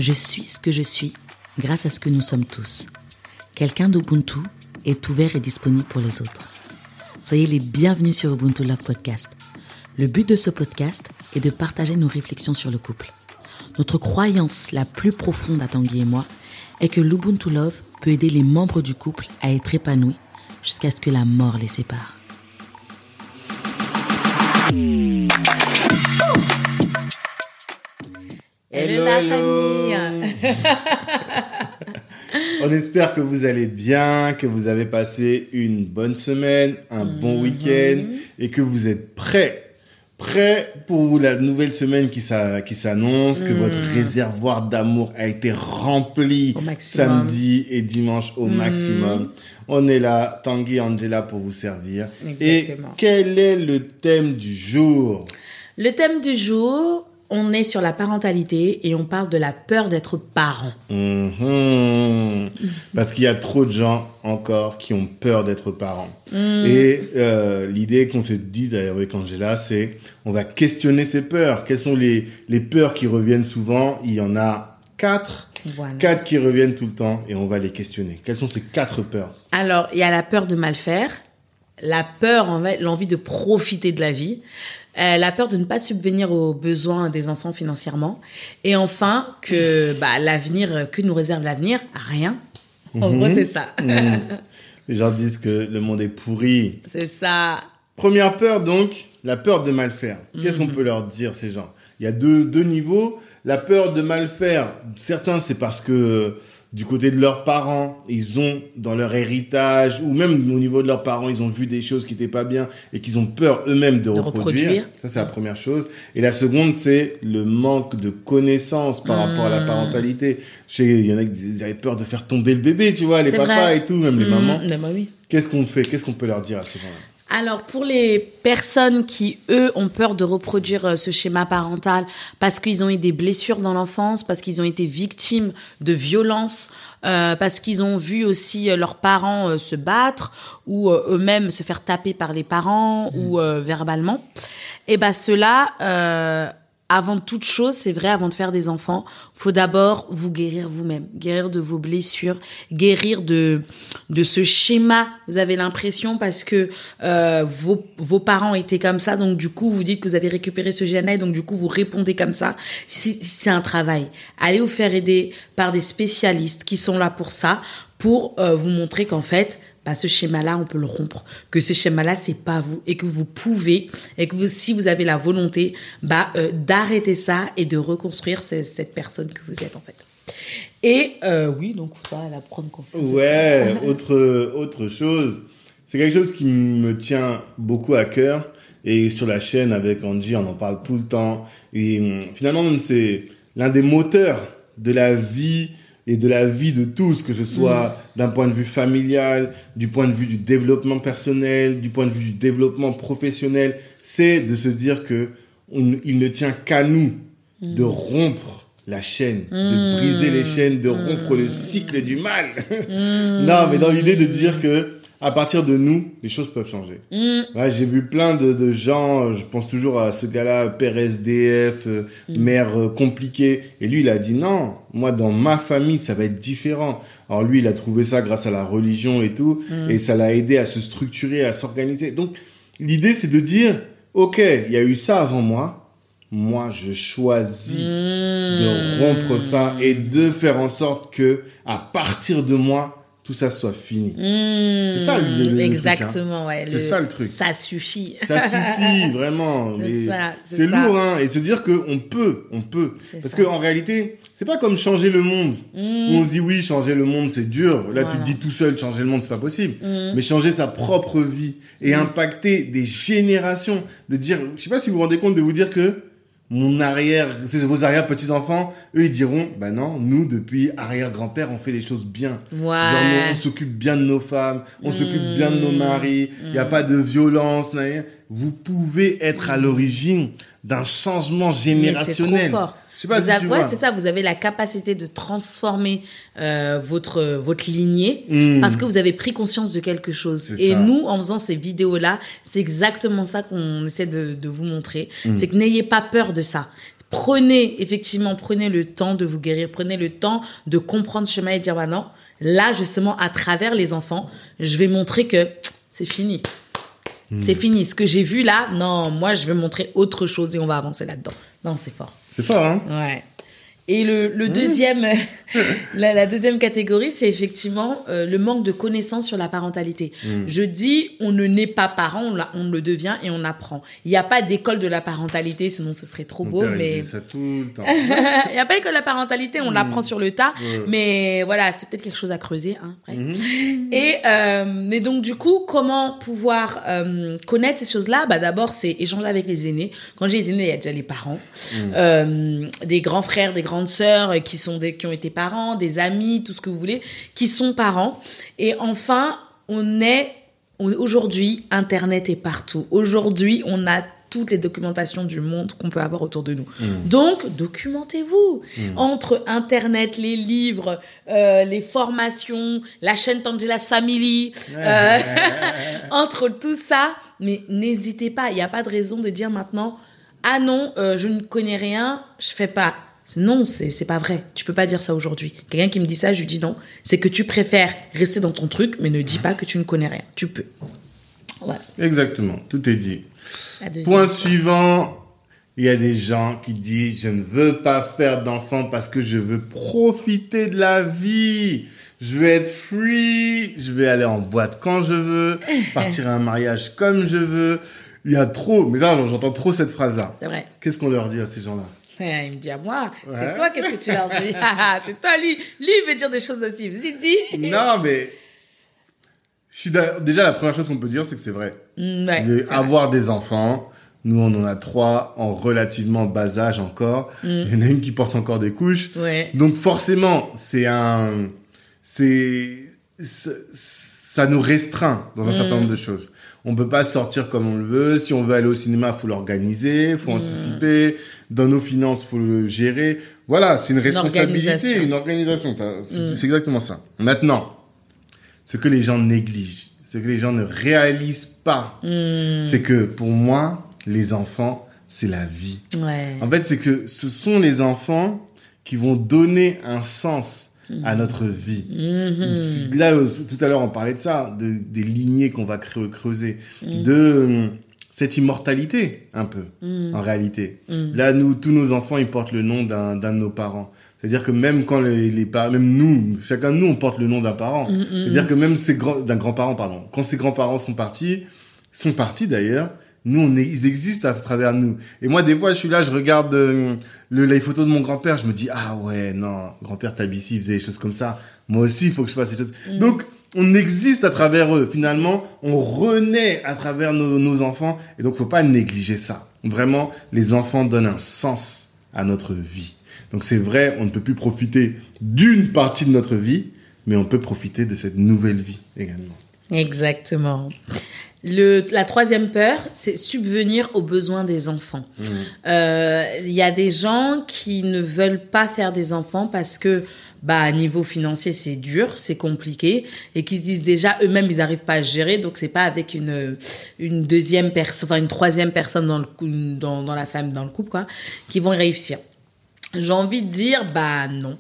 Je suis ce que je suis grâce à ce que nous sommes tous. Quelqu'un d'Ubuntu est ouvert et disponible pour les autres. Soyez les bienvenus sur Ubuntu Love Podcast. Le but de ce podcast est de partager nos réflexions sur le couple. Notre croyance la plus profonde à Tanguy et moi est que l'Ubuntu Love peut aider les membres du couple à être épanouis jusqu'à ce que la mort les sépare. Hello la famille. On espère que vous allez bien, que vous avez passé une bonne semaine, un bon week-end et que vous êtes prêts pour vous la nouvelle semaine qui s'annonce, que votre réservoir d'amour a été rempli samedi et dimanche au maximum. On est là, Tanguy et Angela pour vous servir. Exactement. Et quel est le thème du jour? Le thème du jour, on est sur la parentalité et on parle de la peur d'être parent. Parce qu'il y a trop de gens encore qui ont peur d'être parents. Et l'idée qu'on s'est dit d'ailleurs avec Angela, c'est on va questionner ces peurs. Quelles sont les peurs qui reviennent souvent? Il y en a 4. Voilà. 4 qui reviennent tout le temps et on va les questionner. Quelles sont ces 4 peurs? Alors, il y a la peur de mal faire, la peur, en fait, l'envie de profiter de la vie, la peur de ne pas subvenir aux besoins des enfants financièrement, et enfin que l'avenir, que nous réserve l'avenir, rien. En gros, c'est ça. Les gens disent que le monde est pourri. C'est ça. Première peur donc, la peur de mal faire. Qu'est-ce qu'on peut leur dire ces gens? Il y a deux niveaux. La peur de mal faire, certains c'est parce que du côté de leurs parents, ils ont dans leur héritage, ou même au niveau de leurs parents, ils ont vu des choses qui n'étaient pas bien et qu'ils ont peur eux-mêmes de reproduire. Ça, c'est la première chose. Et la seconde, c'est le manque de connaissances par rapport à la parentalité. Il y en a qui avaient peur de faire tomber le bébé, tu vois, les papas et tout, même les mamans. Oui. Qu'est-ce qu'on fait? Qu'est-ce qu'on peut leur dire à ces gens-là? Alors, pour les personnes qui, eux, ont peur de reproduire ce schéma parental parce qu'ils ont eu des blessures dans l'enfance, parce qu'ils ont été victimes de violences, parce qu'ils ont vu aussi leurs parents se battre ou eux-mêmes se faire taper par les parents ou verbalement, et ceux-là... Avant toute chose, c'est vrai, avant de faire des enfants, faut d'abord vous guérir vous-même, guérir de vos blessures, guérir de ce schéma. Vous avez l'impression parce que vos parents étaient comme ça, donc du coup vous dites que vous avez récupéré ce gène-là, et donc du coup vous répondez comme ça. C'est un travail. Allez vous faire aider par des spécialistes qui sont là pour ça, pour vous montrer qu'en fait, ce schéma-là, on peut le rompre, que ce schéma-là, c'est pas vous, et que vous pouvez, et que si vous avez la volonté, d'arrêter ça et de reconstruire cette personne que vous êtes, en fait. Et, oui, donc, voilà, la prendre conscience. Ouais, autre chose. C'est quelque chose qui me tient beaucoup à cœur. Et sur la chaîne, avec Angie, on en parle tout le temps. Et finalement, même, c'est l'un des moteurs de la vie et de la vie de tous, que ce soit d'un point de vue familial, du point de vue du développement personnel, du point de vue du développement professionnel, c'est de se dire que il ne tient qu'à nous de rompre la chaîne, de briser les chaînes, de rompre le cycle du mal. Non, mais dans l'idée de dire que à partir de nous, les choses peuvent changer. Ouais, j'ai vu plein de gens, je pense toujours à ce gars-là, père SDF, mère compliquée. Et lui, il a dit non, moi, dans ma famille, ça va être différent. Alors lui, il a trouvé ça grâce à la religion et tout, et ça l'a aidé à se structurer, à s'organiser. Donc, l'idée, c'est de dire, ok, il y a eu ça avant moi. Moi, je choisis de rompre ça et de faire en sorte que, à partir de moi, tout ça soit fini. C'est ça le exactement, truc, hein. Ouais. C'est ça le truc. Ça suffit. Ça suffit, vraiment. C'est ça. lourd, hein. Et se dire qu'on peut. Parce qu'en réalité, c'est pas comme changer le monde. Où on se dit, oui, changer le monde, c'est dur. Là, tu te dis tout seul, changer le monde, c'est pas possible. Mais changer sa propre vie et impacter des générations. De dire, je sais pas si vous vous rendez compte de vous dire que vos arrière-petits-enfants, eux, ils diront, non, nous, depuis arrière-grand-père, on fait les choses bien. Ouais. Genre, on s'occupe bien de nos femmes, on s'occupe bien de nos maris, il n'y a pas de violence, vous pouvez être à l'origine d'un changement générationnel. Mais c'est trop fort. Je sais pas si tu vois. C'est ça, vous avez la capacité de transformer votre lignée parce que vous avez pris conscience de quelque chose. Et ça. Nous, en faisant ces vidéos-là, c'est exactement ça qu'on essaie de vous montrer. C'est que n'ayez pas peur de ça. prenez le temps de vous guérir, prenez le temps de comprendre ce chemin et dire, bah non, là, justement, à travers les enfants, je vais montrer que c'est fini. C'est fini. Ce que j'ai vu là, non, moi, je vais montrer autre chose et on va avancer là-dedans. Non, c'est fort. C'est fort, hein? Ouais. Et le deuxième, la deuxième catégorie, c'est effectivement le manque de connaissances sur la parentalité. Je dis, on ne naît pas parent, on le devient et on apprend. Il n'y a pas d'école de la parentalité, sinon ce serait trop beau, mais... Il dit ça tout le temps. Il n'y a pas d'école de la parentalité, on l'apprend sur le tas, mais voilà, c'est peut-être quelque chose à creuser, hein. Bref. Et mais donc du coup, comment pouvoir connaître ces choses-là? Bah d'abord, c'est échanger avec les aînés. Quand j'ai les aînés, il y a déjà les parents, des grands frères, des grandes sœurs qui ont été parents, des amis, tout ce que vous voulez, qui sont parents. Et enfin, aujourd'hui, Internet est partout. Aujourd'hui, on a toutes les documentations du monde qu'on peut avoir autour de nous. Donc, documentez-vous. Entre Internet, les livres, les formations, la chaîne Tangela's Family, entre tout ça, mais n'hésitez pas. Il n'y a pas de raison de dire maintenant, ah non, je ne connais rien, je fais pas. Non, c'est pas vrai. Tu peux pas dire ça aujourd'hui. Quelqu'un qui me dit ça, je lui dis non. C'est que tu préfères rester dans ton truc, mais ne dis pas que tu ne connais rien. Tu peux. Voilà. Exactement. Tout est dit. Point suivant. Il y a des gens qui disent, je ne veux pas faire d'enfant parce que je veux profiter de la vie. Je veux être free. Je vais aller en boîte quand je veux. Partir à un mariage comme je veux. Il y a trop. Mais ça, j'entends trop cette phrase-là. C'est vrai. Qu'est-ce qu'on leur dit à ces gens-là? Il me dit à moi, c'est toi, qu'est-ce que tu leur dis? C'est toi, lui, il veut dire des choses aussi. Vas-y, dis. Non, mais déjà, la première chose qu'on peut dire, c'est que c'est vrai. Ouais, avoir des enfants, nous, on en a 3 en relativement bas âge encore. Il y en a une qui porte encore des couches. Ouais. Donc, forcément, ça nous restreint dans un certain nombre de choses. On peut pas sortir comme on le veut. Si on veut aller au cinéma, faut l'organiser, faut anticiper. Dans nos finances, faut le gérer. Voilà, c'est une responsabilité, une organisation. C'est exactement ça. Maintenant, ce que les gens négligent, ce que les gens ne réalisent pas, c'est que pour moi, les enfants, c'est la vie. Ouais. En fait, c'est que ce sont les enfants qui vont donner un sens à notre vie. Là, tout à l'heure, on parlait de ça, des lignées qu'on va creuser, de cette immortalité, un peu, en réalité. Là, tous nos enfants, ils portent le nom d'un de nos parents. C'est-à-dire que même quand même nous, chacun de nous, on porte le nom d'un parent. C'est-à-dire que même d'un grand-parent, pardon. Quand ces grands-parents sont partis d'ailleurs, nous, ils existent à travers nous. Et moi, des fois, je suis là, je regarde les photos de mon grand-père, je me dis, ah ouais, non, grand-père Tabici, il faisait des choses comme ça. Moi aussi, il faut que je fasse ces choses. Donc, on existe à travers eux. Finalement, on renaît à travers nos enfants. Et donc, faut pas négliger ça. Vraiment, les enfants donnent un sens à notre vie. Donc, c'est vrai, on ne peut plus profiter d'une partie de notre vie, mais on peut profiter de cette nouvelle vie également. Exactement. La troisième peur, c'est subvenir aux besoins des enfants. Il y a des gens qui ne veulent pas faire des enfants parce que, niveau financier, c'est dur, c'est compliqué, et qui se disent déjà eux-mêmes, ils n'arrivent pas à gérer, donc c'est pas avec une deuxième personne, enfin une troisième personne dans la famille, dans le couple, quoi, qui vont réussir. J'ai envie de dire, non.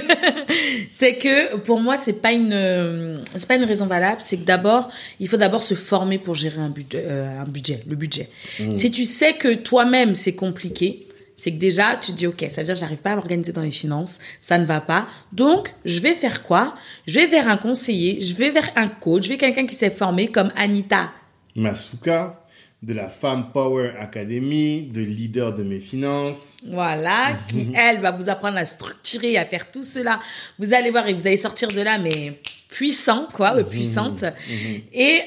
C'est que pour moi c'est pas une raison valable. C'est que il faut d'abord se former pour gérer le budget. Si tu sais que toi-même c'est compliqué, c'est que déjà tu te dis ok, ça veut dire que j'arrive pas à m'organiser dans les finances, ça ne va pas, donc je vais faire quoi? Je vais vers un conseiller, je vais vers un coach, je vais quelqu'un qui s'est formé comme Anita Masuka de la Femme Power Academy, de leader de mes finances. Voilà, qui, elle, va vous apprendre à structurer, à faire tout cela. Vous allez voir et vous allez sortir de là, mais puissant, quoi, puissante. Et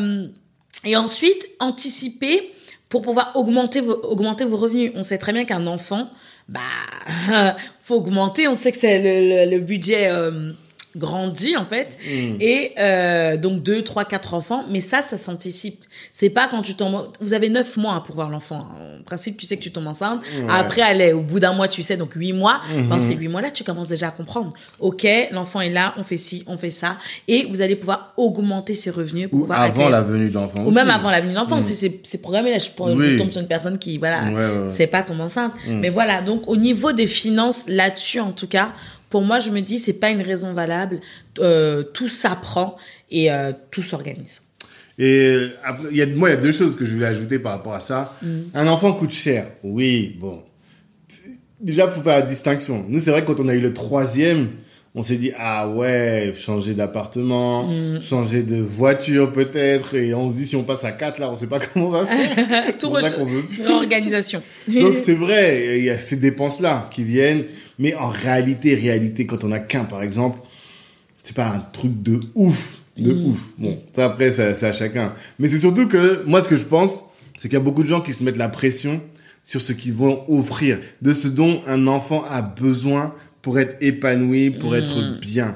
ensuite, anticiper pour pouvoir augmenter vos revenus. On sait très bien qu'un enfant, faut augmenter. On sait que c'est le budget grandit en fait et donc 2, 3, 4 enfants, mais ça s'anticipe. C'est pas quand tu tombes, vous avez 9 mois pour voir l'enfant. En principe, tu sais que tu tombes enceinte. Après, allez, au bout d'un mois, tu sais, donc 8 mois. Dans ces 8 mois-là, tu commences déjà à comprendre. Ok, l'enfant est là, on fait ci, on fait ça, et vous allez pouvoir augmenter ses revenus pour pouvoir avant la venue de l'enfant. Ou même avant la venue de l'enfant, si c'est programmé. Là, je tombe sur une personne qui, voilà, c'est pas tombe enceinte. Mais voilà, donc au niveau des finances, là-dessus, en tout cas, pour moi, je me dis, c'est pas une raison valable. Tout s'apprend et tout s'organise. Et après, il y a 2 choses que je voulais ajouter par rapport à ça. Un enfant coûte cher. Oui, bon. Déjà, faut faire la distinction. Nous, c'est vrai que quand on a eu le 3e, on s'est dit, ah ouais, changer d'appartement, changer de voiture peut-être. Et on se dit, si on passe à 4, là, on sait pas comment on va faire. Tout réorganisation. Donc, c'est vrai, il y a ces dépenses-là qui viennent. Mais en réalité, quand on a qu'un, par exemple, c'est pas un truc de ouf. Bon, ça après, c'est à chacun. Mais c'est surtout que, moi, ce que je pense, c'est qu'il y a beaucoup de gens qui se mettent la pression sur ce qu'ils vont offrir, de ce dont un enfant a besoin pour être épanoui, pour être bien.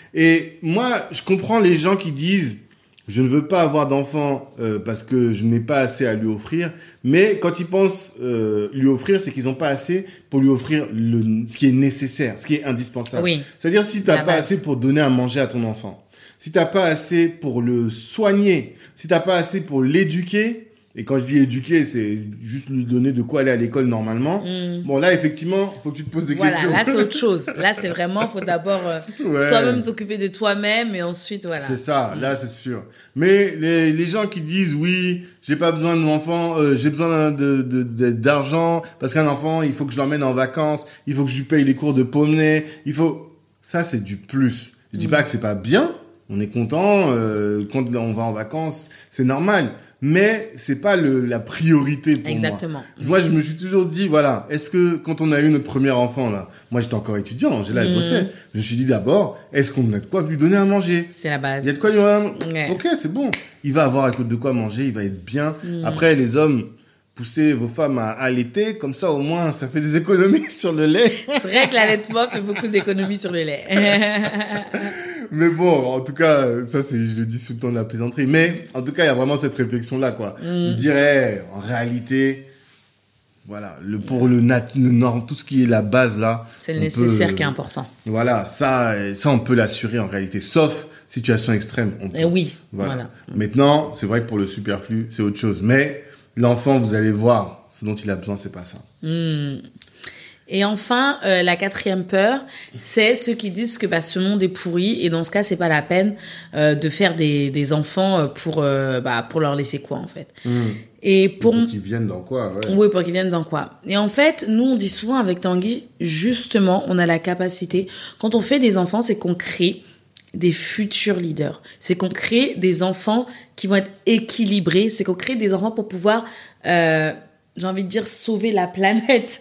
Et moi, je comprends les gens qui disent, je ne veux pas avoir d'enfant parce que je n'ai pas assez à lui offrir. Mais quand ils pensent lui offrir, c'est qu'ils n'ont pas assez pour lui offrir ce qui est nécessaire, ce qui est indispensable. Oui. C'est-à-dire si tu n'as pas assez pour donner à manger à ton enfant, si tu n'as pas assez pour le soigner, si tu n'as pas assez pour l'éduquer, et quand je dis éduquer, c'est juste lui donner de quoi aller à l'école normalement. Bon, là, effectivement, faut que tu te poses des questions. Voilà, là, c'est autre chose. Là, c'est vraiment, faut d'abord toi-même t'occuper de toi-même et ensuite, voilà. C'est ça, là, c'est sûr. Mais les gens qui disent, oui, j'ai pas besoin de mon enfant, j'ai besoin d'argent, parce qu'un enfant, il faut que je l'emmène en vacances, il faut que je lui paye les cours de poney, ça, c'est du plus. Je dis pas que c'est pas bien, on est content, quand on va en vacances, c'est normal. Mais c'est pas la priorité pour Exactement. Moi, je me suis toujours dit, voilà, est-ce que quand on a eu notre premier enfant, là, moi j'étais encore étudiant, Angela, elle bossait. Je me suis dit d'abord, est-ce qu'on a de quoi lui donner à manger? C'est la base. Il y a de quoi lui donner Ok, c'est bon. Il va avoir de quoi manger, il va être bien. Après, les hommes, poussez vos femmes à allaiter, comme ça au moins ça fait des économies sur le lait. C'est vrai que l'allaitement fait beaucoup d'économies sur le lait. Mais bon, en tout cas, ça c'est, je le dis sous le ton de la plaisanterie. Mais en tout cas, il y a vraiment cette réflexion-là, quoi. Je dirais, en réalité, voilà, pour le norme, tout ce qui est la base là. C'est le nécessaire qui est important. Voilà, ça on peut l'assurer en réalité, sauf situation extrême. Oui, voilà. Maintenant, c'est vrai que pour le superflu, c'est autre chose. Mais l'enfant, vous allez voir, ce dont il a besoin, c'est pas ça. Et enfin, la 4e peur, c'est ceux qui disent que ce monde est pourri et dans ce cas, c'est pas la peine de faire des enfants pour leur laisser quoi en fait. Et pour qu'ils viennent dans quoi, ouais. Oui, pour qu'ils viennent dans quoi. Et en fait, nous on dit souvent avec Tanguy, justement, on a la capacité quand on fait des enfants, c'est qu'on crée des futurs leaders. C'est qu'on crée des enfants qui vont être équilibrés, c'est qu'on crée des enfants pour pouvoir j'ai envie de dire sauver la planète,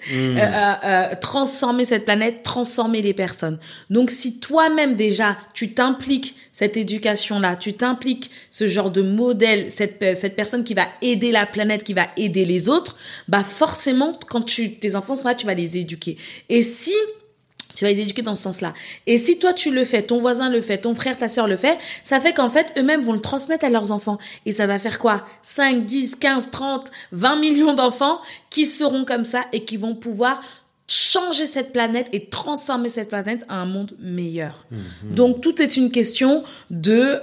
transformer cette planète, transformer les personnes. Donc si toi-même déjà tu t'impliques cette éducation-là, tu t'impliques ce genre de modèle, cette personne qui va aider la planète, qui va aider les autres, forcément quand tes enfants sont là, tu vas les éduquer. Et si tu vas les éduquer dans ce sens-là. Et si toi, tu le fais, ton voisin le fait, ton frère, ta sœur le fait, ça fait qu'en fait, eux-mêmes vont le transmettre à leurs enfants. Et ça va faire quoi? 5, 10, 15, 30, 20 millions d'enfants qui seront comme ça et qui vont pouvoir changer cette planète et transformer cette planète à un monde meilleur. Donc, tout est une question de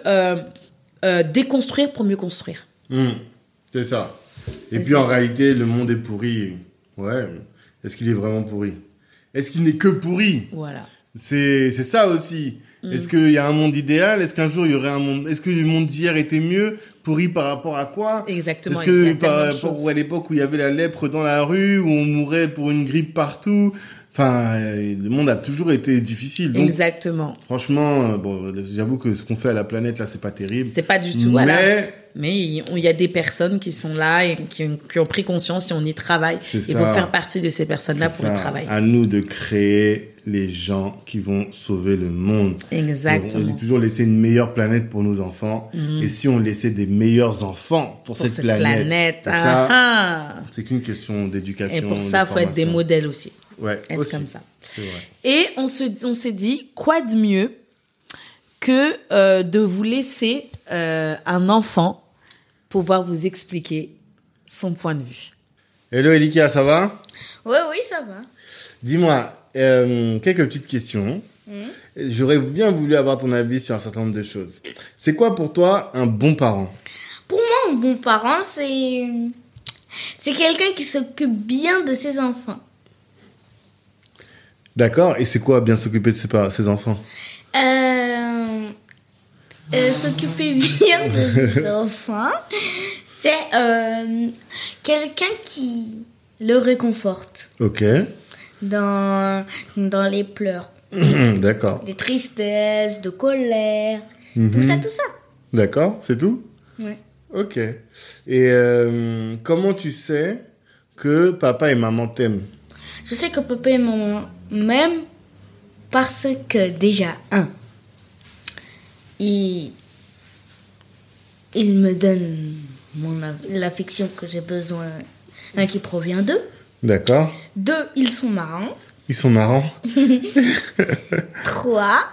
déconstruire pour mieux construire. C'est ça. Et puis, en réalité, le monde est pourri. Ouais. Est-ce qu'il est vraiment pourri? Est-ce qu'il n'est que pourri? Voilà. C'est ça aussi. Est-ce qu'il y a un monde idéal? Est-ce qu'un jour il y aurait un monde? Est-ce que le monde d'hier était mieux? Pourri par rapport à quoi? Exactement. Est-ce que par rapport à l'époque où il y avait la lèpre dans la rue, où on mourait pour une grippe partout? Enfin, le monde a toujours été difficile. Donc, exactement. Franchement, j'avoue que ce qu'on fait à la planète là, c'est pas terrible. C'est pas du tout. Mais il y a des personnes qui sont là et qui ont pris conscience et on y travaille. Il faut faire partie de ces personnes-là pour y travailler. À nous de créer les gens qui vont sauver le monde. Exactement. On dit toujours laisser une meilleure planète pour nos enfants. Et si on laissait des meilleurs enfants pour cette planète. C'est qu'une question d'éducation. Et pour ça, il faut être des modèles aussi. Ouais, être aussi. Comme ça. C'est vrai. Et on s'est dit, quoi de mieux que de vous laisser un enfant pouvoir vous expliquer son point de vue. Hello Elika, ça va? Oui, ça va. Dis-moi, quelques petites questions. J'aurais bien voulu avoir ton avis sur un certain nombre de choses. C'est quoi pour toi un bon parent? Pour moi, un bon parent, c'est quelqu'un qui s'occupe bien de ses enfants. D'accord, et c'est quoi bien s'occuper de ses enfants? S'occuper bien de ses enfants, c'est quelqu'un qui le réconforte. Ok. Dans les pleurs. D'accord. Des tristesses, de colère, tout ça. D'accord, c'est tout? Ouais. Ok. Et comment tu sais que papa et maman t'aiment? Je sais que papa et maman m'aiment parce que déjà, ils me donnent l'affection que j'ai besoin, qui provient d'eux. D'accord. 2, ils sont marrants. Ils sont marrants. 3,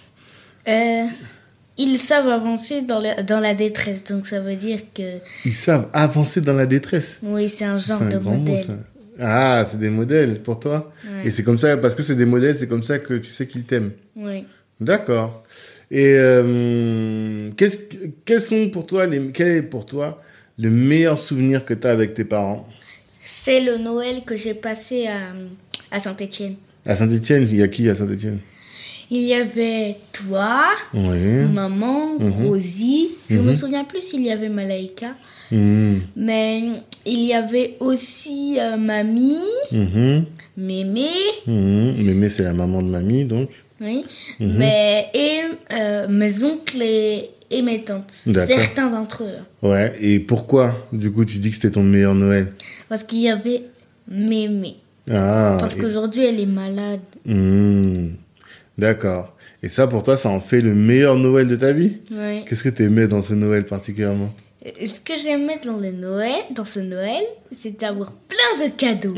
ils savent avancer dans la détresse. Donc ça veut dire que... Ils savent avancer dans la détresse. Oui, c'est un genre C'est un de grand mot, modèle. ça. Ah, c'est des modèles pour toi? Ouais. Et c'est comme ça, parce que c'est des modèles, c'est comme ça que tu sais qu'ils t'aiment. Oui. D'accord. Et quel est pour toi le meilleur souvenir que tu as avec tes parents? C'est le Noël que j'ai passé à Saint-Étienne. À Saint-Étienne, il y a qui à Saint-Étienne? Il y avait toi, Oui. maman, Rosie. Je me souviens plus s'il y avait Malaïka. Mais il y avait aussi mamie, mémé. Mémé, c'est la maman de mamie, donc. Oui. Et mes oncles et mes tantes. D'accord. Certains d'entre eux. Ouais, et pourquoi, du coup, tu dis que c'était ton meilleur Noël? Parce qu'il y avait mémé. Ah. Parce qu'aujourd'hui, elle est malade. D'accord. Et ça, pour toi, ça en fait le meilleur Noël de ta vie? Ouais. Qu'est-ce que tu aimais dans ce Noël particulièrement? Ce que j'aimais dans ce Noël, c'est d'avoir plein de cadeaux.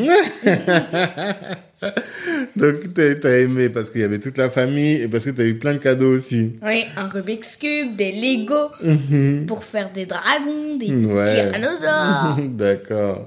Donc, t'as aimé parce qu'il y avait toute la famille et parce que t'as eu plein de cadeaux aussi. Oui, un Rubik's Cube, des Lego pour faire des dragons, des Ouais. tyrannosaures. D'accord.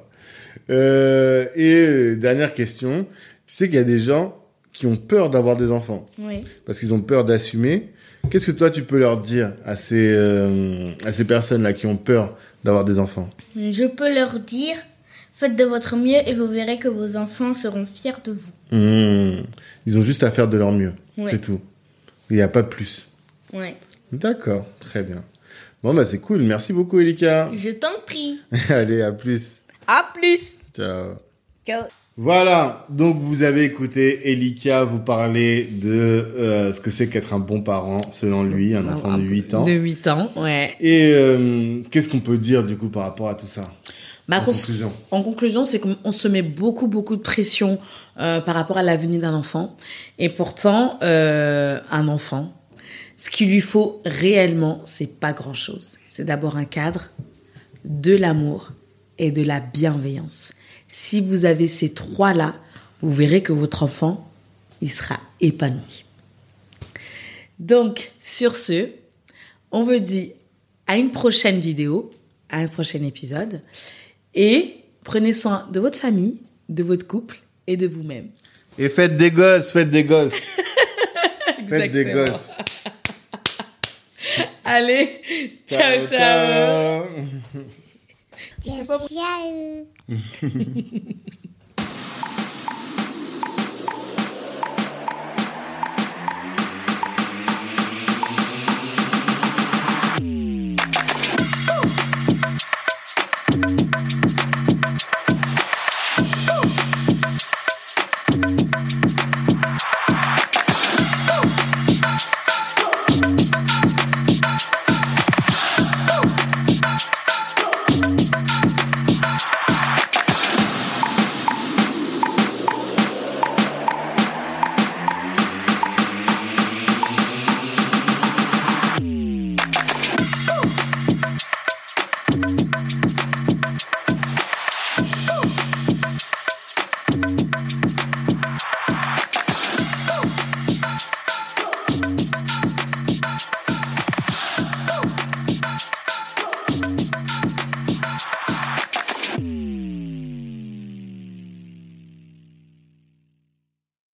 Dernière question. Tu sais qu'il y a des gens qui ont peur d'avoir des enfants Oui. parce qu'ils ont peur d'assumer. Qu'est-ce que toi, tu peux leur dire à ces personnes-là qui ont peur d'avoir des enfants? Je peux leur dire, faites de votre mieux et vous verrez que vos enfants seront fiers de vous. Ils ont juste à faire de leur mieux. Ouais. C'est tout. Il n'y a pas de plus. Ouais. D'accord. Très bien. Bon, bah, c'est cool. Merci beaucoup, Elika. Je t'en prie. Allez, à plus. À plus. Ciao. Ciao. Voilà, donc vous avez écouté Elika vous parler de ce que c'est qu'être un bon parent, selon lui, un enfant de 8 ans. De 8 ans, ouais. Et qu'est-ce qu'on peut dire du coup par rapport à tout ça? Bah, conclusion. En conclusion, c'est qu'on se met beaucoup de pression par rapport à l'avenir d'un enfant. Et pourtant, un enfant, ce qu'il lui faut réellement, c'est pas grand-chose. C'est d'abord un cadre, de l'amour et de la bienveillance. Si vous avez ces 3-là, vous verrez que votre enfant, il sera épanoui. Donc, sur ce, on vous dit à une prochaine vidéo, à un prochain épisode. Et prenez soin de votre famille, de votre couple et de vous-même. Et faites des gosses, faites des gosses. Faites des gosses. Allez, ciao. Ciao. Ciao.